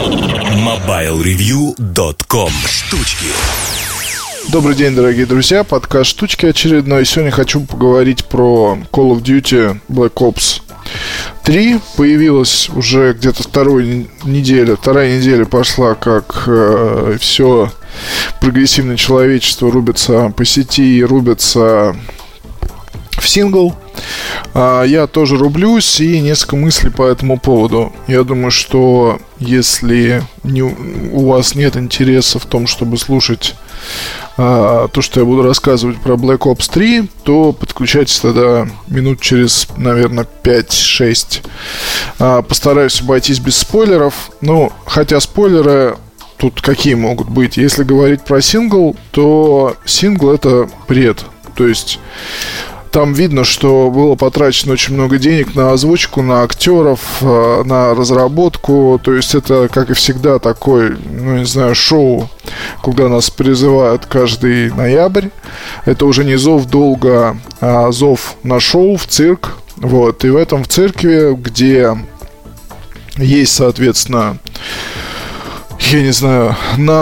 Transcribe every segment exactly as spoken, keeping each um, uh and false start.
мобайл ревью точка ком. Штучки. Добрый день, дорогие друзья, подкаст «Штучки» очередной. Сегодня хочу поговорить про Call of Duty Black Ops три. Появилась уже где-то вторую неделю, вторая неделя пошла, как э, все прогрессивное человечество рубится по сети и рубится в сингл. А, я тоже рублюсь, и несколько мыслей по этому поводу. Я думаю, что если не, у вас нет интереса в том, чтобы слушать а, то, что я буду рассказывать про Black Ops три, то подключайтесь тогда минут через, наверное, пять-шесть. а, Постараюсь обойтись без спойлеров. Ну, хотя спойлеры тут какие могут быть? Если говорить про сингл, то сингл — это бред. То есть там видно, что было потрачено очень много денег на озвучку, на актеров, на разработку. То есть это, как и всегда, такой, ну, не знаю, шоу, куда нас призывают каждый ноябрь. Это уже не зов долга, а зов на шоу, в цирк. Вот. И в этом в цирке, где есть, соответственно, я не знаю,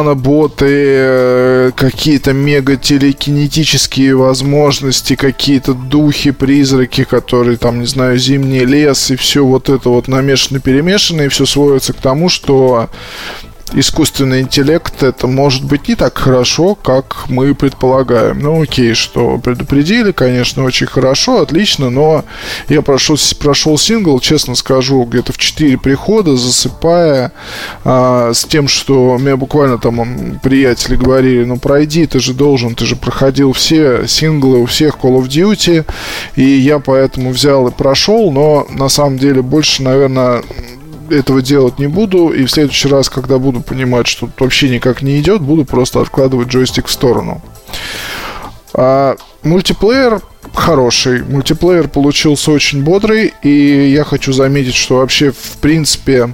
наноботы, какие-то мега-телекинетические возможности, какие-то духи, призраки, которые там, не знаю, зимний лес, и все вот это вот намешано-перемешано, и все сводится к тому, что искусственный интеллект — это может быть не так хорошо, как мы предполагаем. Ну окей, что предупредили, конечно, очень хорошо, отлично, но я прошел, прошел сингл, честно скажу, где-то в четыре прихода, засыпая, а, с тем, что меня буквально там приятели говорили: ну пройди, ты же должен, ты же проходил все синглы у всех Call of Duty, и я поэтому взял и прошел, но на самом деле больше, наверное, этого делать не буду. И в следующий раз, когда буду понимать, что тут вообще никак не идет, буду просто откладывать джойстик в сторону. а, Мультиплеер хороший. Мультиплеер получился очень бодрый. И я хочу заметить, что вообще, в принципе,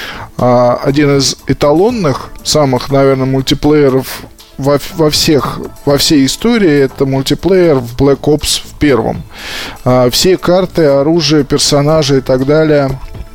а, один из эталонных, самых, наверное, мультиплееров Во, во всех, во всей истории — это мультиплеер в Black Ops в первом. а, Все карты, оружие, персонажи и так далее,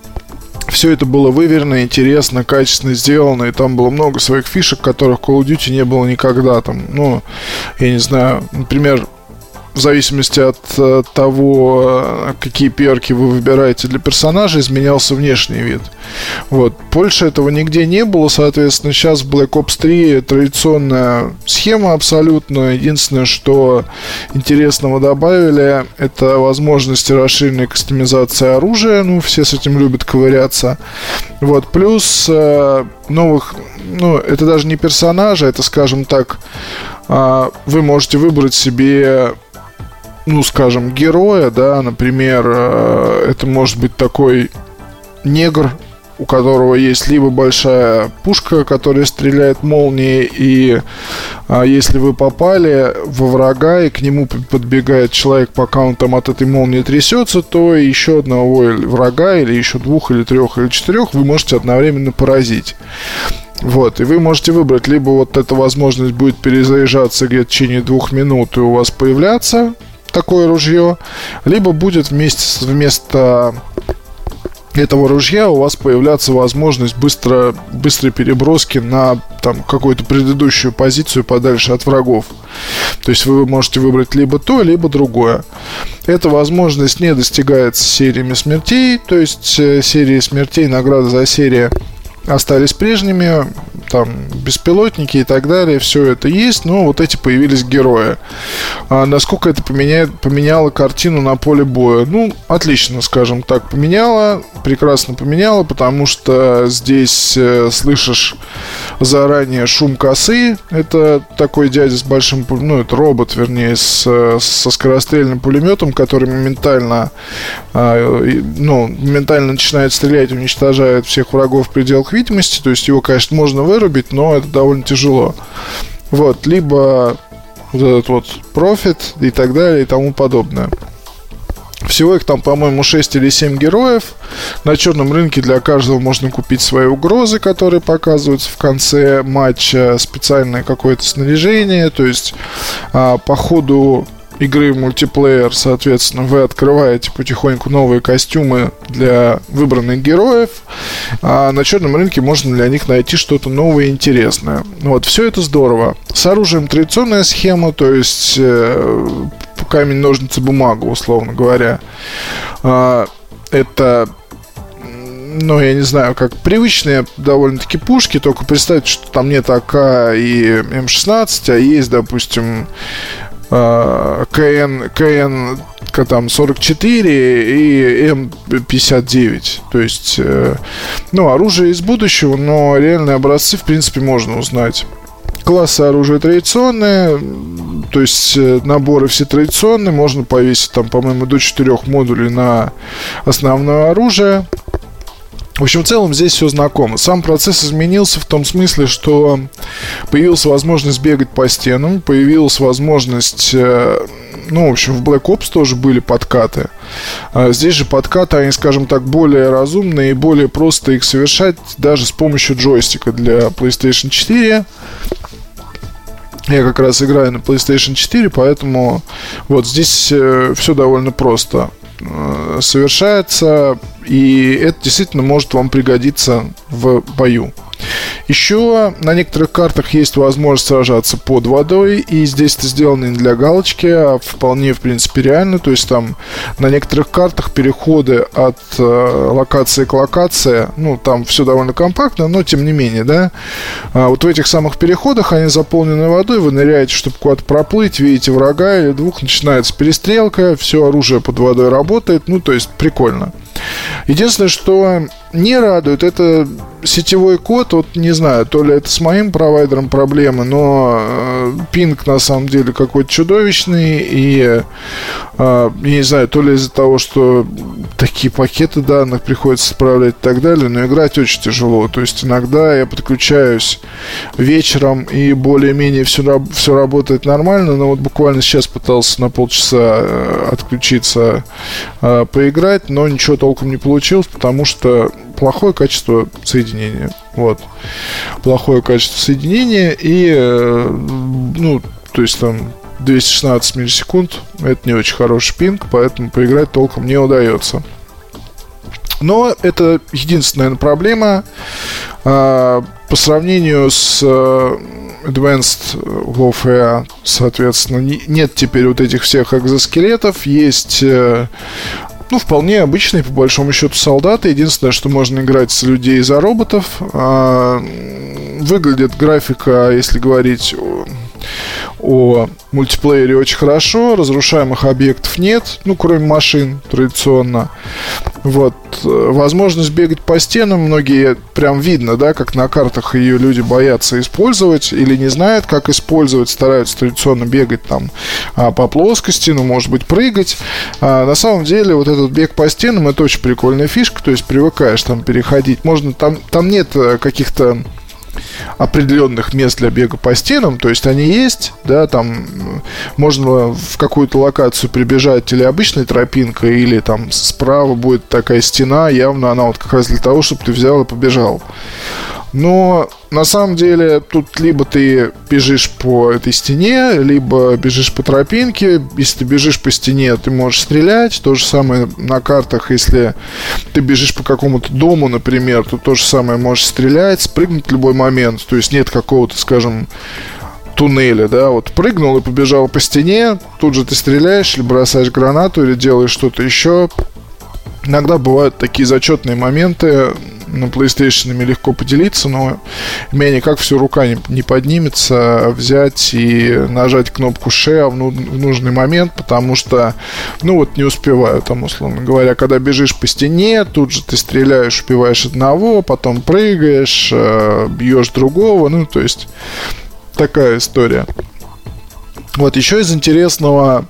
все это было выверено, интересно, качественно сделано. И там было много своих фишек, которых в Call of Duty не было никогда. Там, ну, я не знаю, например, в зависимости от э, того, какие перки вы выбираете для персонажа, изменялся внешний вид. Вот. Больше этого нигде не было. Соответственно, сейчас в Black Ops три традиционная схема абсолютно. Единственное, что интересного добавили, это возможности расширенной кастомизации оружия. Ну, все с этим любят ковыряться. Вот. Плюс э, новых... Ну, это даже не персонажи, это, скажем так, э, вы можете выбрать себе, ну, скажем, героя, да, например, э, это может быть такой негр, у которого есть либо большая пушка, которая стреляет молнией, и э, если вы попали во врага, и к нему подбегает человек, пока он там от этой молнии трясется, то еще одного врага, или еще двух, или трех, или четырех вы можете одновременно поразить. Вот, и вы можете выбрать, либо вот эта возможность будет перезаряжаться где-то в течение двух минут, и у вас появляться такое ружье, либо будет вместе, вместо этого ружья у вас появляться возможность быстро, быстрой переброски на там какую-то предыдущую позицию подальше от врагов. То есть вы можете выбрать либо то, либо другое. Эта возможность не достигается сериями смертей. То есть э, серии смертей, награды за серии остались прежними, там беспилотники и так далее, все это есть, но вот эти появились герои. А насколько это поменяет, поменяло картину на поле боя? Ну, отлично, скажем так, поменяло, прекрасно поменяло, потому что здесь э, слышишь заранее шум косы. Это такой дядя с большим, ну, это робот, вернее, с, со скорострельным пулеметом, который моментально, э, ну, моментально начинает стрелять, уничтожает всех врагов в пределах видимости. То есть его, конечно, можно вырубить, но это довольно тяжело. Вот, либо вот этот вот профит и так далее и тому подобное. Всего их там, по-моему, шесть или семь героев. На черном рынке для каждого можно купить свои угрозы, которые показываются в конце матча, специальное какое-то снаряжение. То есть а, по ходу игры в мультиплеер, соответственно, вы открываете потихоньку новые костюмы для выбранных героев, а на черном рынке можно для них найти что-то новое и интересное. Вот, все это здорово. С оружием традиционная схема, то есть э, камень, ножницы, бумага, условно говоря. А, это... Ну, я не знаю, как привычные довольно-таки пушки, только представьте, что там нет АК и эм шестнадцать, а есть, допустим, КН, КН там сорок четыре и эм пятьдесят девять. То есть, ну, оружие из будущего, но реальные образцы, в принципе, можно узнать. Классы оружия традиционные, то есть наборы все традиционные, можно повесить там, по-моему, до четырех модулей на основное оружие. В общем, в целом здесь все знакомо. Сам процесс изменился в том смысле, что появилась возможность бегать по стенам, появилась возможность, ну, в общем, в Black Ops тоже были подкаты. Здесь же подкаты, они, скажем так, более разумные и более просто их совершать даже с помощью джойстика для PlayStation четыре. Я как раз играю на PlayStation четыре, поэтому вот здесь все довольно просто совершается, и это действительно может вам пригодиться в бою. Еще на некоторых картах есть возможность сражаться под водой, и здесь это сделано не для галочки, а вполне, в принципе, реально. То есть там на некоторых картах переходы от э, локации к локации, ну, там все довольно компактно, но тем не менее, да. А вот в этих самых переходах они заполнены водой, вы ныряете, чтобы куда-то проплыть, видите врага или двух, начинается перестрелка, все оружие под водой работает, ну, то есть прикольно. Единственное, что не радует, это сетевой код. Вот не знаю, то ли это с моим провайдером проблемы, но э, пинг на самом деле какой-то чудовищный. И э, я не знаю, то ли из-за того, что такие пакеты данных приходится отправлять и так далее, но играть очень тяжело. То есть иногда я подключаюсь вечером и более-менее все, все работает нормально, но вот буквально сейчас пытался на полчаса э, отключиться, э, поиграть, но ничего толком не получилось, потому что плохое качество соединения. Вот. Плохое качество соединения и, э, ну, то есть там двести шестнадцать миллисекунд. Это не очень хороший пинг, поэтому поиграть толком не удается. Но это единственная, наверное, проблема. А, по сравнению с Advanced Warfare, соответственно, не, нет теперь вот этих всех экзоскелетов. Есть... Ну, вполне обычные, по большому счету, солдаты. Единственное, что можно играть с людей за роботов. А, выглядит графика, если говорить о, о мультиплеере, очень хорошо. Разрушаемых объектов нет, ну, кроме машин, традиционно. Вот. Возможность бегать по стенам, многие прям видно, да, как на картах ее люди боятся использовать или не знают, как использовать, стараются традиционно бегать там а, по плоскости, ну, может быть, прыгать. А, на самом деле, вот этот бег по стенам — это очень прикольная фишка, то есть привыкаешь там переходить. Можно, там, там нет каких-то определенных мест для бега по стенам, то есть они есть, да, там можно в какую-то локацию прибежать или обычной тропинкой, или там справа будет такая стена, явно она вот как раз для того, чтобы ты взял и побежал. Но на самом деле тут либо ты бежишь по этой стене, либо бежишь по тропинке. Если ты бежишь по стене, ты можешь стрелять. То же самое на картах. Если ты бежишь по какому-то дому, например, то то же самое можешь стрелять, спрыгнуть в любой момент. То есть нет какого-то, скажем, туннеля, да, вот прыгнул и побежал по стене, тут же ты стреляешь или бросаешь гранату, или делаешь что-то еще. Иногда бывают такие зачетные моменты. На PlayStation ими легко поделиться, но у меня никак все рука не, не поднимется взять и нажать кнопку Share в, ну, в нужный момент, потому что, ну вот, не успеваю там, условно говоря, когда бежишь по стене, тут же ты стреляешь, убиваешь одного, потом прыгаешь, э, бьешь другого, ну, то есть такая история. Вот, еще из интересного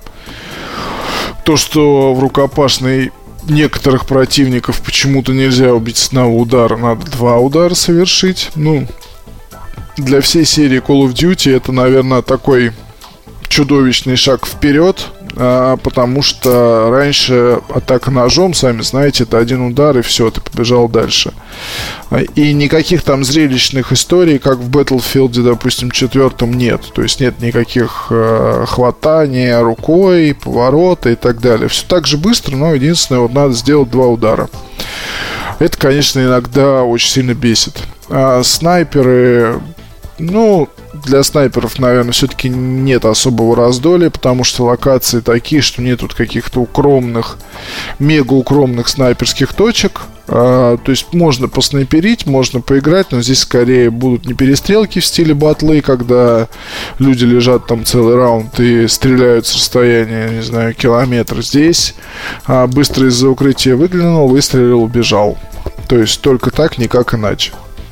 то, что в рукопашной некоторых противников почему-то нельзя убить с одного удара, надо два удара совершить. Ну, для всей серии Call of Duty это, наверное, такой чудовищный шаг вперед. а, потому что раньше атака ножом, сами знаете, это один удар и все, ты побежал дальше. И никаких там зрелищных историй, как в Battlefield, допустим, четвертом, нет. То есть нет никаких э, хватания рукой, поворота и так далее. Все так же быстро, но единственное, вот надо сделать два удара. Это, конечно, иногда очень сильно бесит. А снайперы, ну, для снайперов, наверное, все-таки нет особого раздолья, потому что локации такие, что нет тут каких-то укромных, мега укромных снайперских точек. А, то есть можно поснайперить, можно поиграть, но здесь скорее будут не перестрелки в стиле батлы, когда люди лежат там целый раунд и стреляют с расстояния, не знаю, километра. Здесь а, быстро из-за укрытия выглянул, выстрелил, убежал. То есть только так, никак иначе.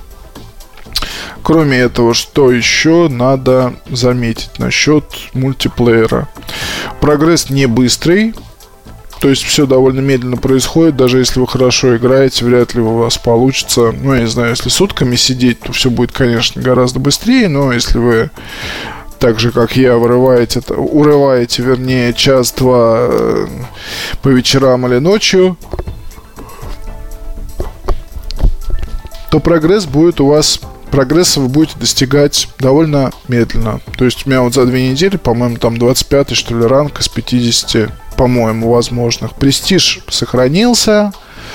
Кроме этого, что еще надо заметить насчет мультиплеера? Прогресс не быстрый, то есть все довольно медленно происходит. Даже если вы хорошо играете, вряд ли у вас получится. Ну, я не знаю, если сутками сидеть, то все будет, конечно, гораздо быстрее. Но если вы так же, как я, вырываете, урываете, вернее, час-два по вечерам или ночью, то прогресс будет у вас... Прогресса вы будете достигать довольно медленно. То есть у меня вот за две недели, по-моему, там двадцать пятый, что ли, ранг из пятидесяти, по-моему, возможных. Престиж сохранился.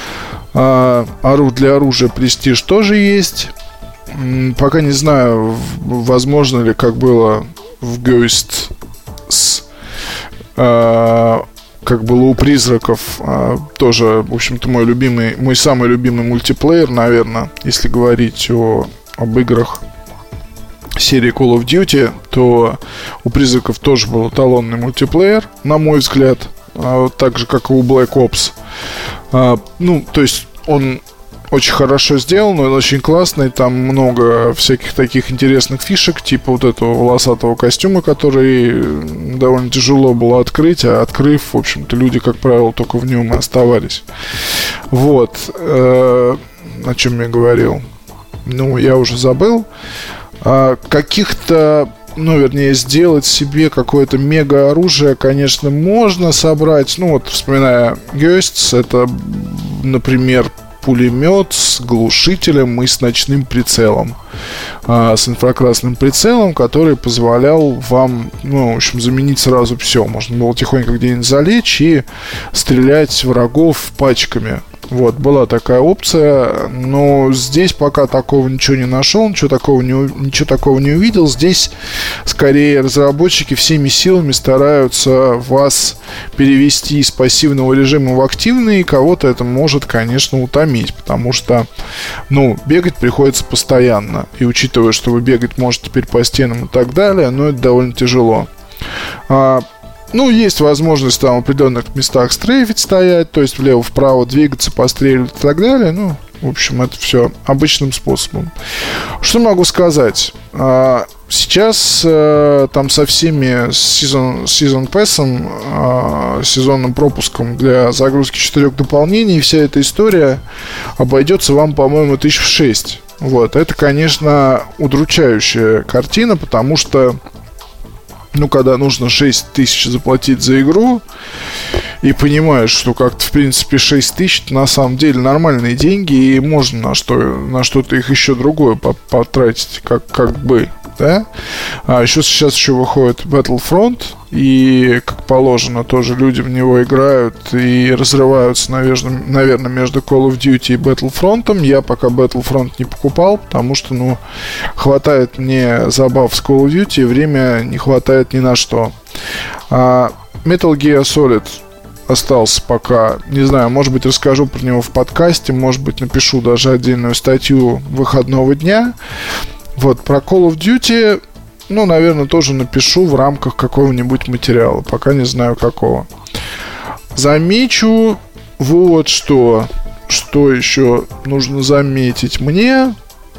А, ору для оружия престиж тоже есть. М, пока не знаю, возможно ли, как было в Ghost с... А, как было у призраков, а, тоже, в общем-то, мой любимый, мой самый любимый мультиплеер, наверное, если говорить о об играх серии Call of Duty, то у призраков тоже был эталонный мультиплеер, на мой взгляд, а, так же, как и у Black Ops. А, ну, то есть он очень хорошо сделан, он очень классный, там много всяких таких интересных фишек, типа вот этого волосатого костюма, который довольно тяжело было открыть, а открыв, в общем-то, люди, как правило, только в нем и оставались. Вот, э, о чем я говорил. Ну, я уже забыл. А, каких-то, ну, вернее, сделать себе какое-то мега-оружие, конечно, можно собрать. Ну, вот, вспоминая Ghosts, это, например, пулемет с глушителем и с ночным прицелом, а, с инфракрасным прицелом, который позволял вам, ну, в общем, заменить сразу все. Можно было тихонько где-нибудь залечь и стрелять врагов пачками. Вот, была такая опция, но здесь пока такого ничего не нашел, ничего такого не, ничего такого не увидел. Здесь, скорее, разработчики всеми силами стараются вас перевести из пассивного режима в активный, и кого-то это может, конечно, утомить, потому что, ну, бегать приходится постоянно, и учитывая, что вы бегать можете теперь по стенам и так далее, ну, это довольно тяжело. А, Ну, есть возможность там в определенных местах стрейфить, стоять, то есть влево-вправо двигаться, постреливать и так далее. Ну, в общем, это все обычным способом. Что могу сказать? Сейчас там со всеми сезон, сезон пэссом, сезонным пропуском для загрузки четырех дополнений, вся эта история обойдется вам, по-моему, тысяч в шесть. Вот, это, конечно, удручающая картина, потому что, ну, когда нужно шесть тысяч заплатить за игру, и понимаешь, что как-то, в принципе, шесть тысяч на самом деле нормальные деньги, и можно на, что, на что-то их еще другое потратить, как, как бы, да? А еще сейчас еще выходит Battlefront, и, как положено, тоже люди в него играют и разрываются, наверное, наверное, между Call of Duty и Battlefront. Я пока Battlefront не покупал, потому что, ну, хватает мне забав с Call of Duty, и время не хватает ни на что. А Metal Gear Solid остался пока, не знаю, может быть, расскажу про него в подкасте, может быть, напишу даже отдельную статью выходного дня. Вот, про Call of Duty, ну, наверное, тоже напишу в рамках какого-нибудь материала, пока не знаю какого. Замечу вот что, что еще нужно заметить мне,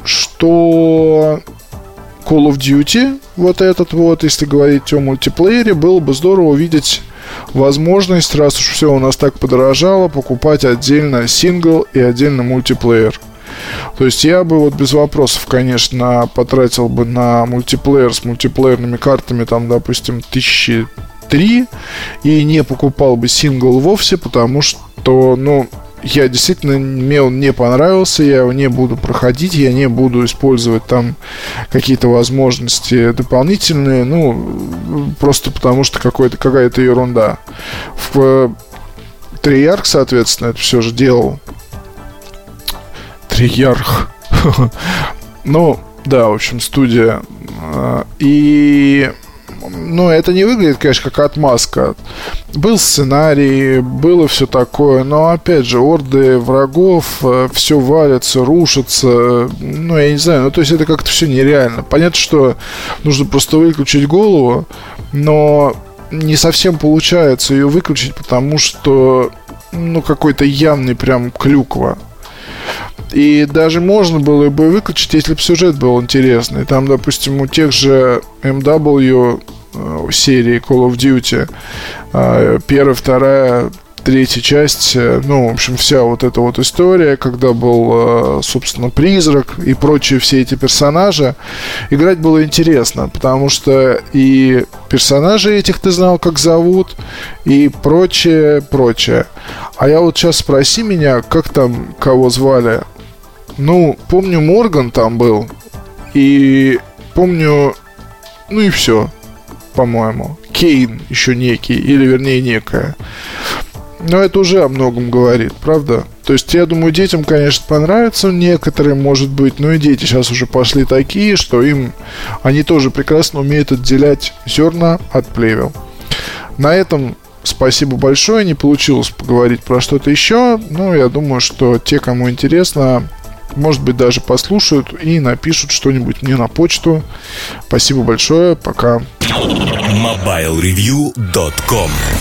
что Call of Duty, вот этот вот, если говорить о мультиплеере, было бы здорово увидеть возможность, раз уж все у нас так подорожало, покупать отдельно сингл и отдельно мультиплеер. То есть я бы вот без вопросов, конечно, потратил бы на мультиплеер с мультиплеерными картами, там, допустим, тысячи три и не покупал бы сингл вовсе, потому что, ну, я действительно, мне он не понравился, я его не буду проходить, я не буду использовать там какие-то возможности дополнительные, ну, просто потому что какой-то, какая-то ерунда. В Treyarch, соответственно, это все же делал. Treyarch. Ну, да, в общем, студия. И... Ну, это не выглядит, конечно, как отмазка. Был сценарий, было все такое, но, опять же, орды врагов, все валится, рушится. Ну, я не знаю, ну, то есть это как-то все нереально. Понятно, что нужно просто выключить голову, но не совсем получается ее выключить, потому что, ну, какой-то явный прям клюква. И даже можно было бы выключить, если бы сюжет был интересный. Там, допустим, у тех же эм дабл ю серии Call of Duty первая, вторая, третья часть, ну, в общем, вся вот эта вот история, когда был, собственно, призрак и прочие все эти персонажи, играть было интересно, потому что и персонажей этих ты знал, как зовут, и прочее, прочее. А я вот сейчас спроси меня, как там кого звали. Ну, помню, Морган там был, и помню, ну и все, по-моему. Кейн еще некий, или вернее некая. Но это уже о многом говорит, правда? То есть, я думаю, детям, конечно, понравится некоторым, может быть, но и дети сейчас уже пошли такие, что им, они тоже прекрасно умеют отделять зерна от плевел. На этом спасибо большое, не получилось поговорить про что-то еще, но я думаю, что те, кому интересно, может быть, даже послушают и напишут что-нибудь мне на почту. Спасибо большое, пока. мобайл ревью точка ком